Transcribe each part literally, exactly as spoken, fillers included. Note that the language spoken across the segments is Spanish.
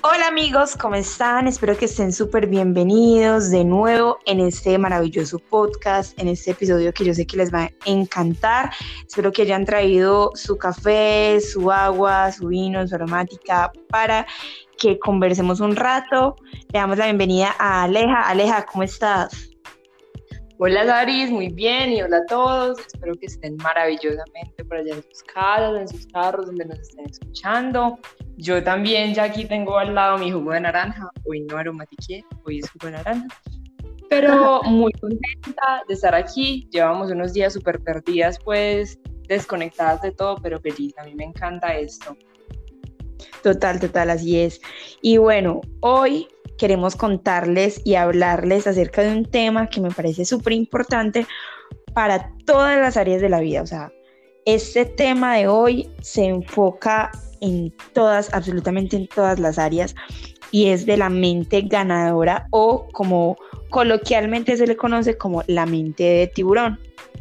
Hola amigos, ¿cómo están? Espero que estén súper bienvenidos de nuevo en este maravilloso podcast, en este episodio que yo sé que les va a encantar. Espero que hayan traído su café, su agua, su vino, su aromática para que conversemos un rato. Le damos la bienvenida a Aleja. Aleja, ¿cómo estás? Hola Daris, muy bien y hola a todos, espero que estén maravillosamente por allá en sus casas, en sus carros, donde nos estén escuchando. Yo también ya aquí tengo al lado mi jugo de naranja, hoy no aromatiqué, hoy es jugo de naranja, pero muy contenta de estar aquí. Llevamos unos días súper perdidas, pues desconectadas de todo, pero feliz, a mí me encanta esto. Total, total, así es. Y bueno, hoy queremos contarles y hablarles acerca de un tema que me parece súper importante para todas las áreas de la vida. O sea, este tema de hoy se enfoca en todas, absolutamente en todas las áreas, y es de la mente ganadora, o como coloquialmente se le conoce como la mente de tiburón.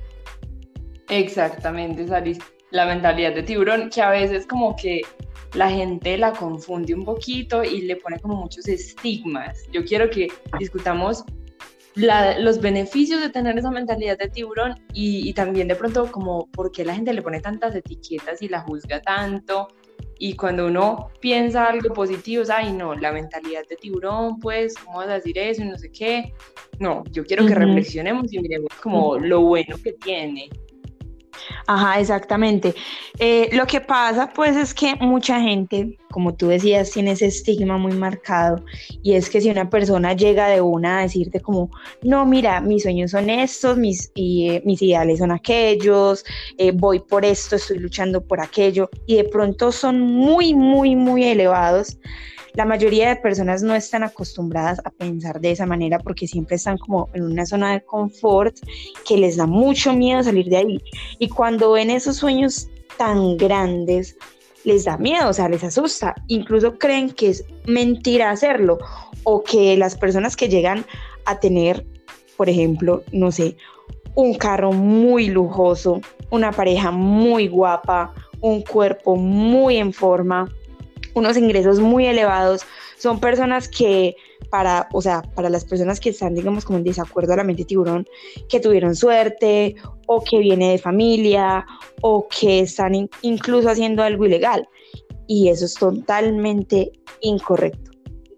Exactamente, Saris, la mentalidad de tiburón, que a veces como que la gente la confunde un poquito y le pone como muchos estigmas. Yo quiero que discutamos la, los beneficios de tener esa mentalidad de tiburón y, y también de pronto como por qué la gente le pone tantas etiquetas y la juzga tanto. Y cuando uno piensa algo positivo, es, ay no, la mentalidad de tiburón, pues, ¿cómo vas a decir eso? Y no sé qué. No, yo quiero uh-huh. que reflexionemos y miremos como uh-huh. lo bueno que tiene. Ajá, exactamente. Eh, lo que pasa pues es que mucha gente, como tú decías, tiene ese estigma muy marcado, y es que si una persona llega de una a decirte como, no, mira, mis sueños son estos, mis, y, eh, mis ideales son aquellos, eh, voy por esto, estoy luchando por aquello, y de pronto son muy, muy, muy elevados, la mayoría de personas no están acostumbradas a pensar de esa manera porque siempre están como en una zona de confort que les da mucho miedo salir de ahí. Y cuando ven esos sueños tan grandes, les da miedo, o sea, les asusta. Incluso creen que es mentira hacerlo, o que las personas que llegan a tener, por ejemplo, no sé, un carro muy lujoso, una pareja muy guapa, un cuerpo muy en forma, unos ingresos muy elevados, son personas que para, o sea, para las personas que están, digamos, como en desacuerdo a la mente tiburón, que tuvieron suerte, o que viene de familia, o que están in- incluso haciendo algo ilegal, y eso es totalmente incorrecto.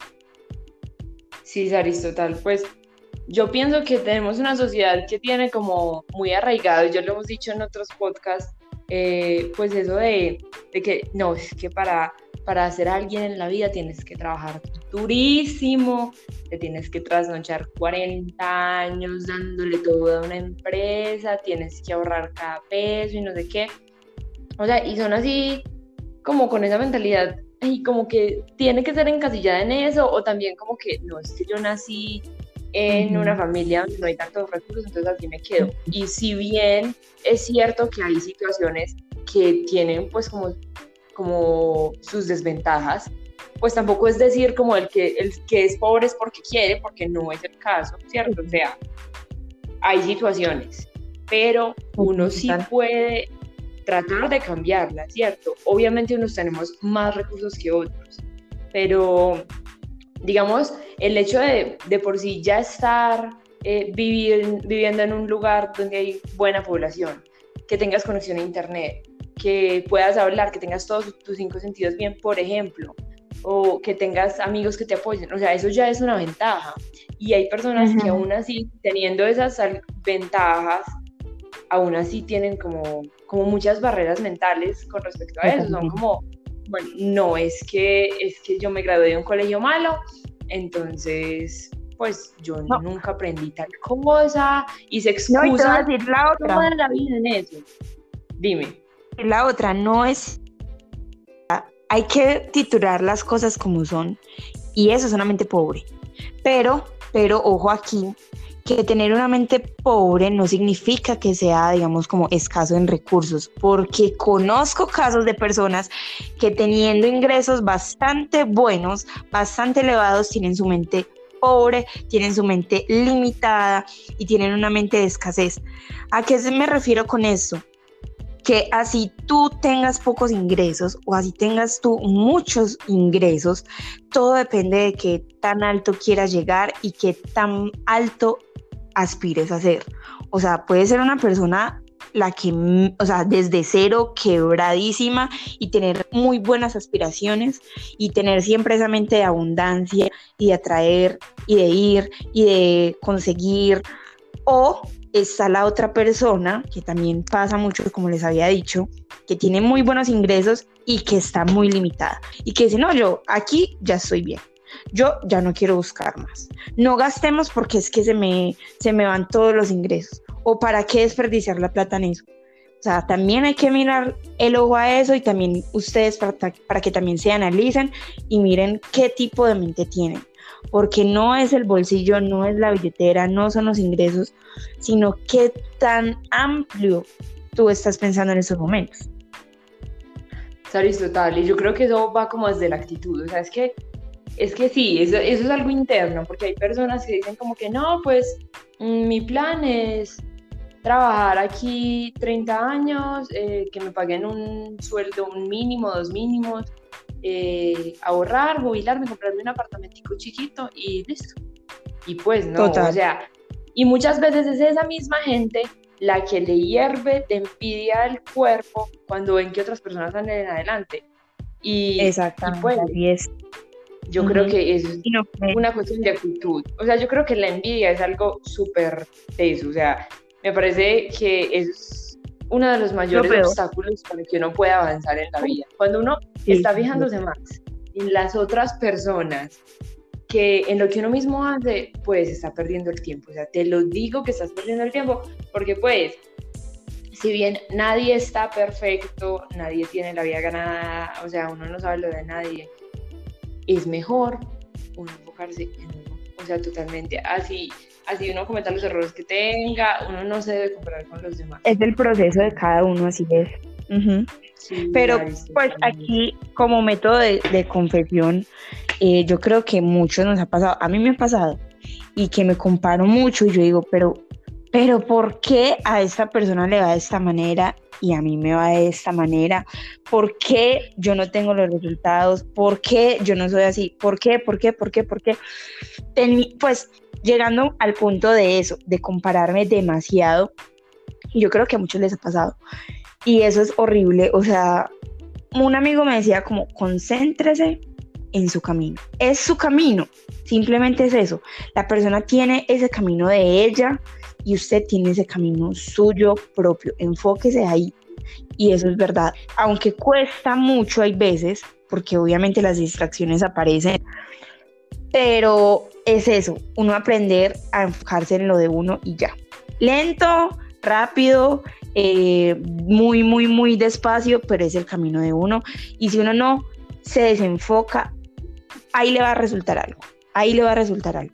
Sí, Saris, total, pues yo pienso que tenemos una sociedad que tiene como muy arraigado, y yo lo hemos dicho en otros podcasts, eh, pues eso de, de que no, es que para... para ser alguien en la vida tienes que trabajar durísimo, te tienes que trasnochar cuarenta años dándole todo a una empresa, tienes que ahorrar cada peso y no sé qué. O sea, y son así como con esa mentalidad y como que tiene que ser encasillada en eso, o también como que no, es que yo nací en uh-huh. una familia donde no hay tantos recursos, entonces así me quedo. Y si bien es cierto que hay situaciones que tienen pues como como sus desventajas, pues tampoco es decir como el que, el que es pobre es porque quiere, porque no es el caso, ¿cierto? O sea, hay situaciones, pero uno sí puede tratar de cambiarlas, ¿cierto? Obviamente unos tenemos más recursos que otros, pero digamos, el hecho de, de por sí ya estar eh, vivir, viviendo en un lugar donde hay buena población, que tengas conexión a internet, que puedas hablar, que tengas todos tus cinco sentidos bien, por ejemplo, o que tengas amigos que te apoyen, o sea, eso ya es una ventaja. Y hay personas uh-huh. que aún así, teniendo esas ventajas, aún así tienen como, como muchas barreras mentales con respecto a eso, son como, bueno, no, es que, es que yo me gradué de un colegio malo, entonces, pues, yo no. nunca aprendí tal cosa, y se excusan no, y te voy a decir la otra. toda la vida en eso. Dime. La otra no es, hay que titular las cosas como son, y eso es una mente pobre, pero, pero ojo aquí, que tener una mente pobre no significa que sea, digamos, como escaso en recursos, porque conozco casos de personas que teniendo ingresos bastante buenos, bastante elevados, tienen su mente pobre, tienen su mente limitada y tienen una mente de escasez. ¿A qué me refiero con esto? que así tú tengas pocos ingresos o así tengas tú muchos ingresos, todo depende de qué tan alto quieras llegar y qué tan alto aspires a ser. O sea, puede ser una persona la que, o sea, desde cero, quebradísima y tener muy buenas aspiraciones y tener siempre esa mente de abundancia y de atraer y de ir y de conseguir. O está la otra persona, que también pasa mucho, como les había dicho, que tiene muy buenos ingresos y que está muy limitada y que dice, no, yo aquí ya estoy bien. Yo ya no quiero buscar más. No gastemos porque es que se me, se me van todos los ingresos. ¿O para qué desperdiciar la plata en eso? O sea, también hay que mirar el ojo a eso y también ustedes para, para que también se analicen y miren qué tipo de mente tienen. Porque no es el bolsillo, no es la billetera, no son los ingresos, sino qué tan amplio tú estás pensando en esos momentos. Saris, total, y yo creo que eso va como desde la actitud, o sea, es que Es que sí, eso, eso es algo interno, porque hay personas que dicen como que no, pues mm, mi plan es trabajar aquí treinta años, eh, que me paguen un sueldo, un mínimo, dos mínimos, eh, ahorrar, jubilarme, comprarme un apartamentico chiquito y listo. Y pues no, Total. O sea, y muchas veces es esa misma gente la que le hierve de envidia el cuerpo cuando ven que otras personas salen adelante. Y, Exactamente, y pues así es. yo Uh-huh. creo que eso es no, una cuestión de actitud. O sea, yo creo que la envidia es algo súper teso. O sea, me parece que es uno de los mayores obstáculos para que uno pueda avanzar en la vida. Cuando uno sí, está fijándose sí. más en las otras personas que en lo que uno mismo hace, pues está perdiendo el tiempo. O sea, te lo digo que estás perdiendo el tiempo porque pues, si bien nadie está perfecto, nadie tiene la vida ganada, o sea, uno no sabe lo de nadie, es mejor uno enfocarse en uno, o sea, totalmente, así, así uno cometa los errores que tenga, uno no se debe comparar con los demás. Es el proceso de cada uno, así es. Uh-huh. Sí, pero pues aquí como método de, de confesión, eh, yo creo que muchos nos ha pasado, a mí me ha pasado, y que me comparo mucho y yo digo, pero, pero ¿por qué a esta persona le va de esta manera y a mí me va de esta manera? ¿Por qué yo no tengo los resultados? ¿Por qué yo no soy así? ¿Por qué? ¿Por qué? ¿Por qué? ¿Por qué? Ten, pues llegando al punto de eso, de compararme demasiado, yo creo que a muchos les ha pasado. Y eso es horrible, o sea, un amigo me decía como, concéntrese en su camino. Es su camino, simplemente es eso. La persona tiene ese camino de ella y usted tiene ese camino suyo propio. Enfóquese ahí. Y eso es verdad. Aunque cuesta mucho hay veces, porque obviamente las distracciones aparecen, pero es eso, uno aprender a enfocarse en lo de uno y ya. Lento, rápido, eh, muy, muy, muy despacio, pero es el camino de uno. Y si uno no se desenfoca, ahí le va a resultar algo. Ahí le va a resultar algo.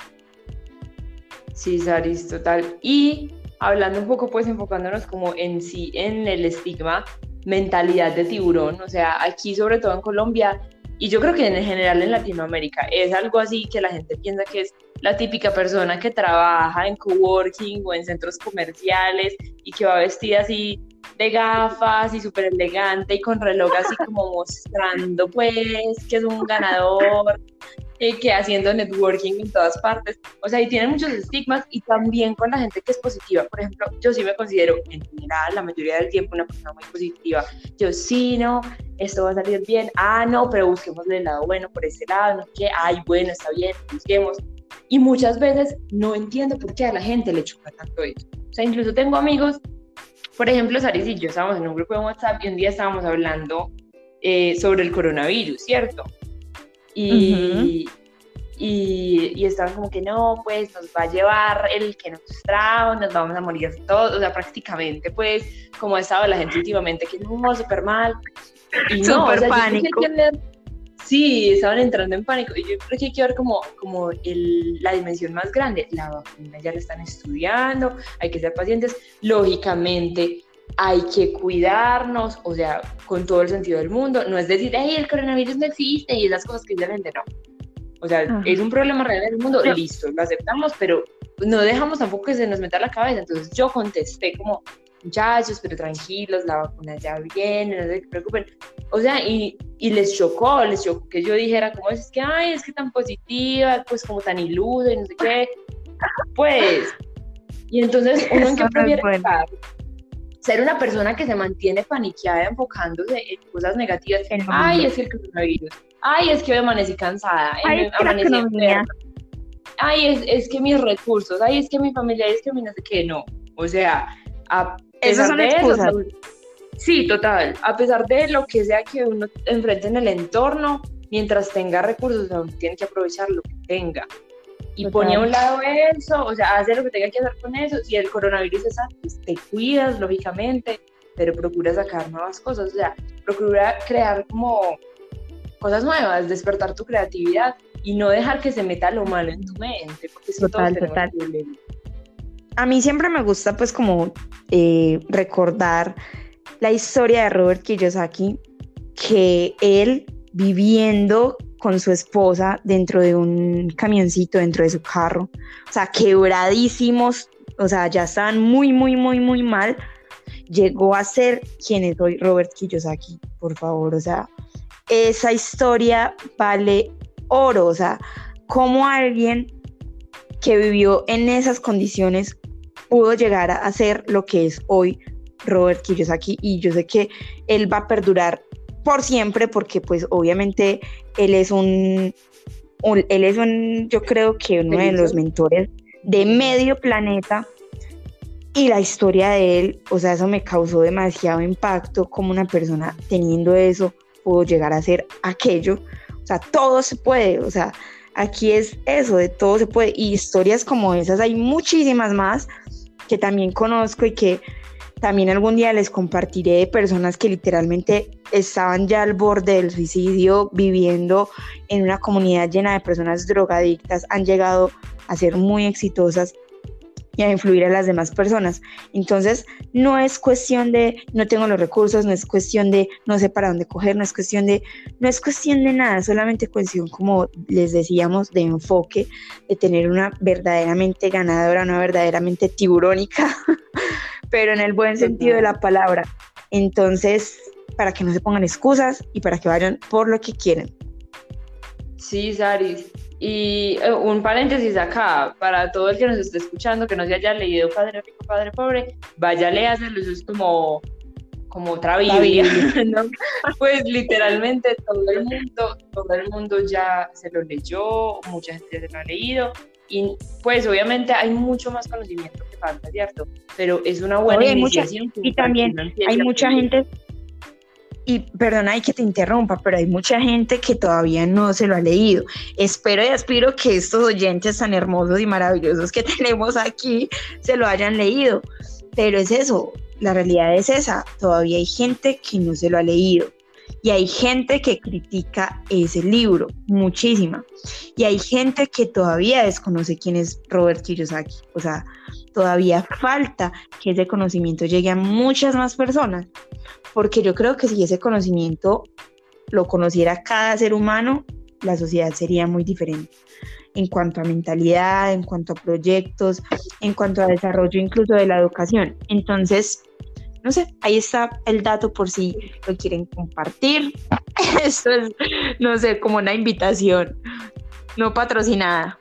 Sí, Saris, total. Y hablando un poco, pues enfocándonos como en sí, en el estigma, mentalidad de tiburón, o sea, aquí sobre todo en Colombia, y yo creo que en general en Latinoamérica, es algo así que la gente piensa que es la típica persona que trabaja en coworking o en centros comerciales y que va vestida así de gafas y súper elegante y con reloj así como mostrando pues que es un ganador, eh, que haciendo networking en todas partes. O sea, y tienen muchos estigmas y también con la gente que es positiva. Por ejemplo, yo sí me considero en general la mayoría del tiempo una persona muy positiva. Yo sí, no, esto va a salir bien. Ah, no, pero busquemos el lado bueno por este lado, no que, ay, bueno, está bien, busquemos. Y muchas veces no entiendo por qué a la gente le choca tanto eso. O sea, incluso tengo amigos, por ejemplo, Saris y yo estábamos en un grupo de WhatsApp y un día estábamos hablando eh, sobre el coronavirus, ¿cierto? Y, uh-huh. y, y estaban como que no, pues nos va a llevar el que nos trajo, nos vamos a morir todos, o sea, prácticamente, pues, como ha estado la gente últimamente, que no, súper mal. Y no, súper o sea, pánico. Yo creo que sí, estaban entrando en pánico. Y yo creo que hay que ver como, como el, la dimensión más grande. La vacuna ya la están estudiando, hay que ser pacientes. Lógicamente, hay que cuidarnos, o sea, con todo el sentido del mundo. No es decir, hey, el coronavirus no existe y esas cosas que dice la gente, no. O sea, ajá, es un problema real en el mundo, sí. Listo, lo aceptamos, pero no dejamos tampoco que se nos meta la cabeza. Entonces yo contesté como, muchachos, pero tranquilos, la vacuna ya viene, no se preocupen. O sea, y, y les chocó, les chocó que yo dijera, como es que, ay, es que tan positiva, pues como tan ilusa y no sé qué. Pues, y entonces, ¿uno en qué prefiere estar? Ser una persona que se mantiene paniqueada, enfocándose en cosas negativas. Ay, es que el coronavirus. Ay, es que hoy amanecí cansada. Ay, me amanecí enferma. Ay, es, es que mis recursos. Ay, es que mi familia, es que mi no sé qué. No. O sea, a pesar son de excusas. Eso, sí, total. A pesar de lo que sea que uno enfrente en el entorno, mientras tenga recursos, uno tiene que aprovechar lo que tenga. Y pone a un lado eso, o sea, hace lo que tenga que hacer con eso. Si el coronavirus es antes, te cuidas, lógicamente, pero procura sacar nuevas cosas, o sea, procura crear como cosas nuevas, despertar tu creatividad y no dejar que se meta lo malo en tu mente, porque eso total, todos total. Problemas. A mí siempre me gusta, pues, como eh, recordar la historia de Robert Kiyosaki, que él viviendo con su esposa dentro de un camioncito, dentro de su carro, o sea, quebradísimos, o sea, ya estaban muy, muy, muy, muy mal, llegó a ser quien es hoy Robert Kiyosaki, por favor, o sea, esa historia vale oro, o sea, cómo alguien que vivió en esas condiciones pudo llegar a ser lo que es hoy Robert Kiyosaki, y yo sé que él va a perdurar por siempre, porque pues obviamente él es un, un él es un, yo creo que uno de los mentores de medio planeta, y la historia de él, o sea, eso me causó demasiado impacto, como una persona teniendo eso pudo llegar a ser aquello, o sea, todo se puede, o sea, aquí es eso, de todo se puede, y historias como esas hay muchísimas más que también conozco y que también algún día les compartiré, de personas que literalmente estaban ya al borde del suicidio, viviendo en una comunidad llena de personas drogadictas, han llegado a ser muy exitosas y a influir a las demás personas. Entonces, no es cuestión de no tengo los recursos, no es cuestión de no sé para dónde coger, no es cuestión de, no es cuestión de nada, solamente cuestión, como les decíamos, de enfoque, de tener una verdaderamente ganadora, una verdaderamente tiburónica, pero en el buen sentido de la palabra. Entonces, para que no se pongan excusas y para que vayan por lo que quieren. Sí, Saris. Y uh, un paréntesis acá, para todo el que nos esté escuchando, que no se haya leído Padre Rico, Padre Pobre, vaya, léaselo, eso es como, como otra Biblia, ¿no? Pues literalmente todo el mundo, todo el mundo ya se lo leyó, mucha gente se lo ha leído, y pues obviamente hay mucho más conocimiento que falta, ¿cierto? Pero es una buena Oye, iniciación. Mucha, y también hay mucha gente, y perdona y que te interrumpa, pero hay mucha gente que todavía no se lo ha leído. Espero y aspiro que estos oyentes tan hermosos y maravillosos que tenemos aquí se lo hayan leído, pero es eso, la realidad es esa, todavía hay gente que no se lo ha leído. Y hay gente que critica ese libro, muchísima. Y hay gente que todavía desconoce quién es Robert Kiyosaki. O sea, todavía falta que ese conocimiento llegue a muchas más personas. Porque yo creo que si ese conocimiento lo conociera cada ser humano, la sociedad sería muy diferente. En cuanto a mentalidad, en cuanto a proyectos, en cuanto a desarrollo incluso de la educación. Entonces, no sé, ahí está el dato por si lo quieren compartir. Esto es, no sé, como una invitación, no patrocinada.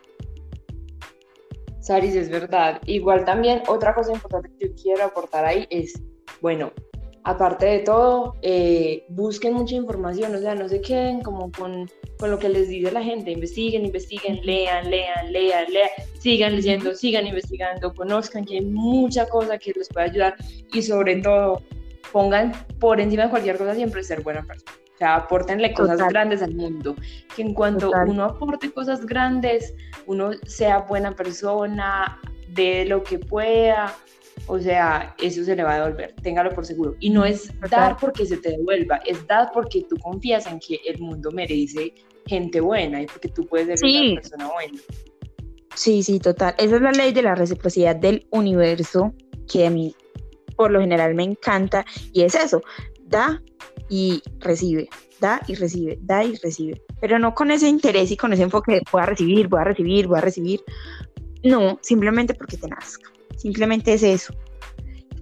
Saris, es verdad. Igual también otra cosa importante que yo quiero aportar ahí es, bueno, aparte de todo, eh, busquen mucha información, o sea, no se queden como con, con lo que les dice la gente, investiguen, investiguen, lean, lean, lean, lean, sigan leyendo, sigan investigando, conozcan que hay mucha cosa que les puede ayudar y sobre todo, pongan por encima de cualquier cosa siempre ser buena persona. O sea, apórtenle cosas Total. grandes al mundo, que en cuanto Total. uno aporte cosas grandes, uno sea buena persona, dé lo que pueda, o sea, eso se le va a devolver, téngalo por seguro. Y no es Total. dar porque se te devuelva, es dar porque tú confías en que el mundo merece gente buena y porque tú puedes ser sí. una persona buena. Sí, sí, total. Esa es la ley de la reciprocidad del universo, que a mí por lo general me encanta, y es eso, da y recibe, da y recibe, da y recibe, pero no con ese interés y con ese enfoque de voy a recibir, voy a recibir, voy a recibir, no, simplemente porque te nazca, simplemente es eso.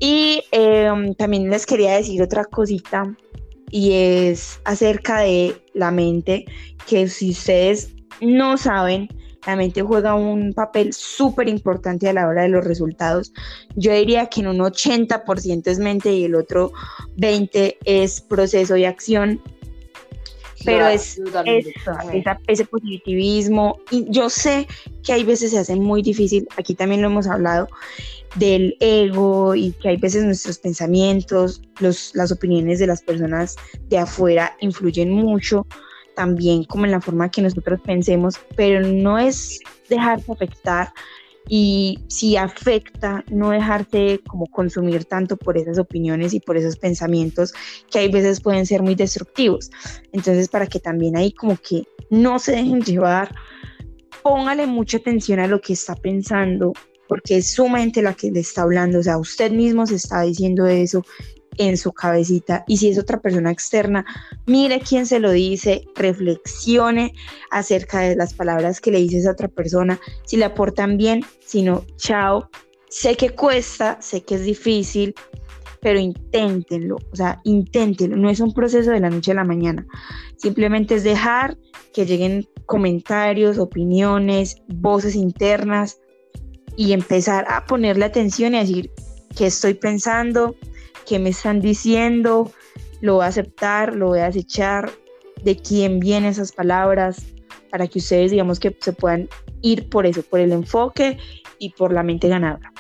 Y eh, también les quería decir otra cosita, y es acerca de la mente, que si ustedes no saben, la mente juega un papel súper importante a la hora de los resultados. Yo diría que en un ochenta por ciento es mente y el otro veinte por ciento es proceso y acción. Pero es eso, esa, ese positivismo. Y yo sé que hay veces se hace muy difícil, aquí también lo hemos hablado, del ego, y que hay veces nuestros pensamientos, los, las opiniones de las personas de afuera influyen mucho también como en la forma que nosotros pensemos, pero no es dejarse afectar, y si afecta, no dejarse como consumir tanto por esas opiniones y por esos pensamientos que hay veces pueden ser muy destructivos. Entonces, para que también ahí como que no se dejen llevar, póngale mucha atención a lo que está pensando, porque es su mente la que le está hablando, o sea, usted mismo se está diciendo eso en su cabecita, y si es otra persona externa, mire quién se lo dice, reflexione acerca de las palabras que le dice esa otra persona, si le aportan bien, si no, chao. Sé que cuesta, sé que es difícil, pero inténtenlo, o sea, inténtenlo, no es un proceso de la noche a la mañana, simplemente es dejar que lleguen comentarios, opiniones, voces internas, y empezar a ponerle atención y a decir qué estoy pensando, qué me están diciendo, lo voy a aceptar, lo voy a desechar, de quién vienen esas palabras, para que ustedes, digamos, que se puedan ir por eso, por el enfoque y por la mente ganadora.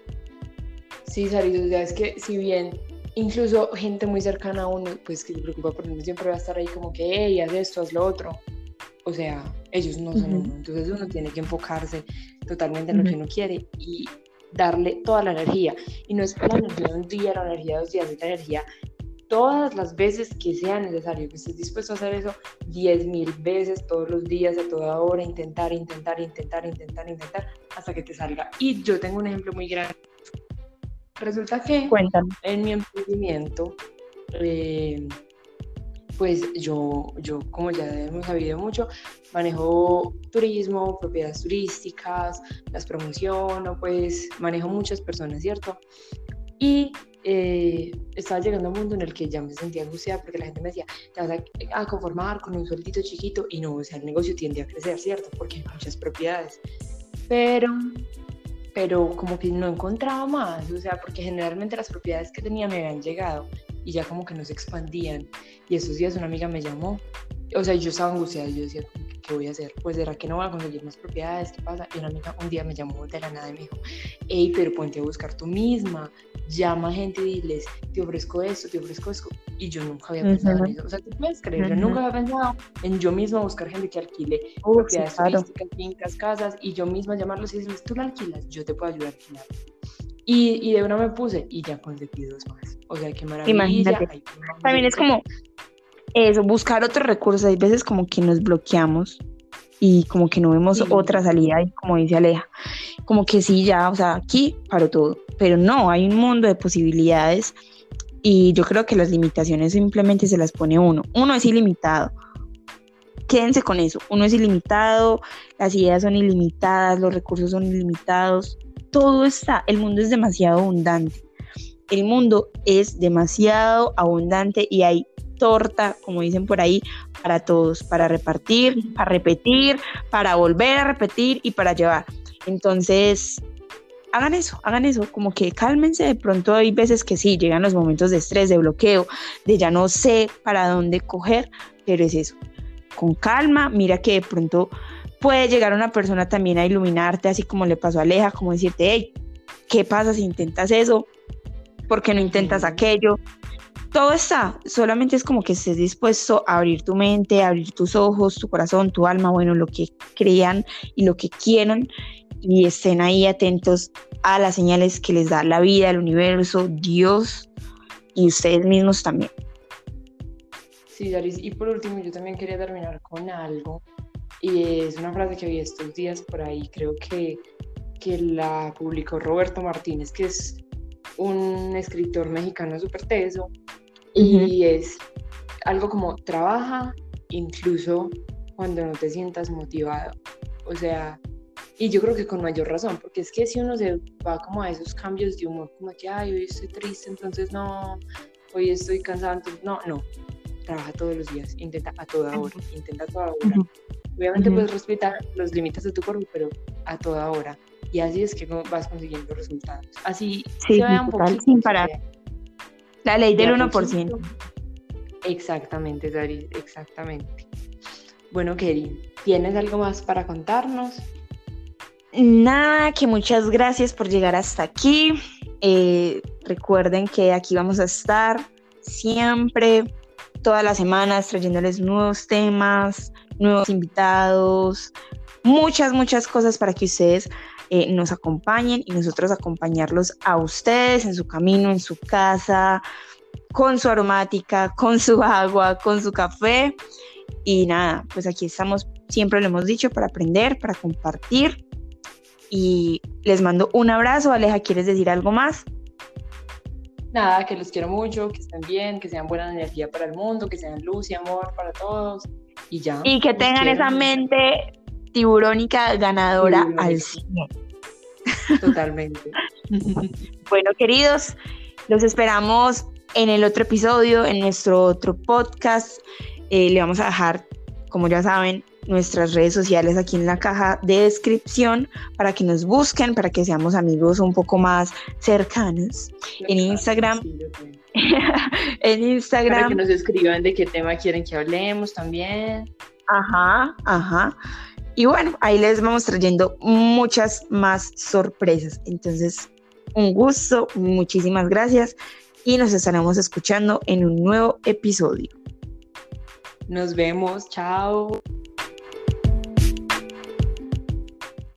Sí, Saris, ya es que si bien incluso gente muy cercana a uno, pues que se preocupa por uno, siempre va a estar ahí como que, hey, haz esto, haz lo otro. O sea, ellos no son uh-huh. uno, entonces uno tiene que enfocarse totalmente en uh-huh. lo que uno quiere y darle toda la energía. Y no es la energía de un día, la energía de dos días, es la energía todas las veces que sea necesario, que estés dispuesto a hacer eso diez mil veces todos los días, a toda hora, intentar, intentar, intentar, intentar, intentar, hasta que te salga. Y yo tengo un ejemplo muy grande. Resulta que Cuéntame. En mi emprendimiento, eh, pues yo, yo, como ya hemos sabido mucho, manejo turismo, propiedades turísticas, las promociono, pues manejo muchas personas, ¿cierto? Y eh, estaba llegando a un mundo en el que ya me sentía angustiada porque la gente me decía, te vas a, a conformar con un sueldito chiquito, y no, o sea, el negocio tiende a crecer, ¿cierto? Porque hay muchas propiedades, pero... pero como que no encontraba más, o sea, porque generalmente las propiedades que tenía me habían llegado y ya como que no se expandían. Y esos días una amiga me llamó, o sea, yo estaba angustiada, yo decía, ¿qué voy a hacer? Pues ¿será que no voy a conseguir más propiedades? ¿Qué pasa? Y una amiga un día me llamó de la nada y me dijo, hey, pero ponte a buscar tú misma, llama a gente y diles, te ofrezco esto, te ofrezco esto. Y yo nunca había pensado uh-huh. en eso, o sea, tú puedes creer, uh-huh. yo nunca había pensado en yo misma buscar gente que alquile uh, propiedades sí, claro. turísticas, fincas, casas, y yo misma llamarlos y decirles, tú la alquilas, yo te puedo ayudar a alquilar. Y, y de una me puse y ya conseguí dos más. O sea, qué maravilla. Imagínate. Ay, también es como eso, buscar otros recursos. Hay veces como que nos bloqueamos y como que no vemos sí. otra salida, y como dice Aleja, como que sí, ya, o sea, aquí paro todo. Pero no, hay un mundo de posibilidades, y yo creo que las limitaciones simplemente se las pone uno. Uno es ilimitado. Quédense con eso. Uno es ilimitado, las ideas son ilimitadas, los recursos son ilimitados. Todo está, el mundo es demasiado abundante, el mundo es demasiado abundante y hay torta, como dicen por ahí, para todos, para repartir, para repetir, para volver a repetir y para llevar. Entonces, hagan eso, hagan eso, como que cálmense. De pronto hay veces que sí, llegan los momentos de estrés, de bloqueo, de ya no sé para dónde coger, pero es eso, con calma. Mira que de pronto puede llegar una persona también a iluminarte, así como le pasó a Aleja, como decirte, hey, ¿qué pasa si intentas eso? ¿Por qué no intentas aquello? Todo está, solamente es como que estés dispuesto a abrir tu mente, a abrir tus ojos, tu corazón, tu alma, bueno, lo que crean y lo que quieran, y estén ahí atentos a las señales que les da la vida, el universo, Dios y ustedes mismos también. Sí, Daris, y por último yo también quería terminar con algo. Y es una frase que vi estos días por ahí, creo que, que la publicó Roberto Martínez, que es un escritor mexicano súper teso, uh-huh. y es algo como, trabaja incluso cuando no te sientas motivado. O sea, Y yo creo que con mayor razón, porque es que si uno se va como a esos cambios de humor, como que, ay, hoy estoy triste, entonces no, hoy estoy cansada, entonces no, no, trabaja todos los días, intenta a toda hora, intenta a toda hora. Uh-huh. Obviamente uh-huh. puedes respetar los límites de tu cuerpo, pero a toda hora. Y así es que vas consiguiendo resultados. Así sí, se vea un total, poquito. Sin parar. La ley del uno por ciento. Exactamente, Dari, exactamente. Bueno, Keri, ¿tienes algo más para contarnos? Nada, que muchas gracias por llegar hasta aquí. Eh, recuerden que aquí vamos a estar siempre, todas las semanas, trayéndoles nuevos temas, nuevos invitados, muchas, muchas cosas para que ustedes eh, nos acompañen y nosotros acompañarlos a ustedes en su camino, en su casa, con su aromática, con su agua, con su café. Y nada, pues aquí estamos, siempre lo hemos dicho, para aprender, para compartir. Y les mando un abrazo. Aleja, ¿quieres decir algo más? Nada, que los quiero mucho, que estén bien, que sean buena energía para el mundo, que sean luz y amor para todos. Y ya. Y que tengan esa mente tiburónica ganadora tiburónica. Al cien. Totalmente. Bueno, queridos, los esperamos en el otro episodio, en nuestro otro podcast. Eh, le vamos a dejar, como ya saben, nuestras redes sociales aquí en la caja de descripción para que nos busquen, para que seamos amigos un poco más cercanos. Claro, en Instagram, sí, en Instagram. Para que nos escriban de qué tema quieren que hablemos también. Ajá, ajá. Y bueno, ahí les vamos trayendo muchas más sorpresas. Entonces, un gusto, muchísimas gracias y nos estaremos escuchando en un nuevo episodio. Nos vemos, chao.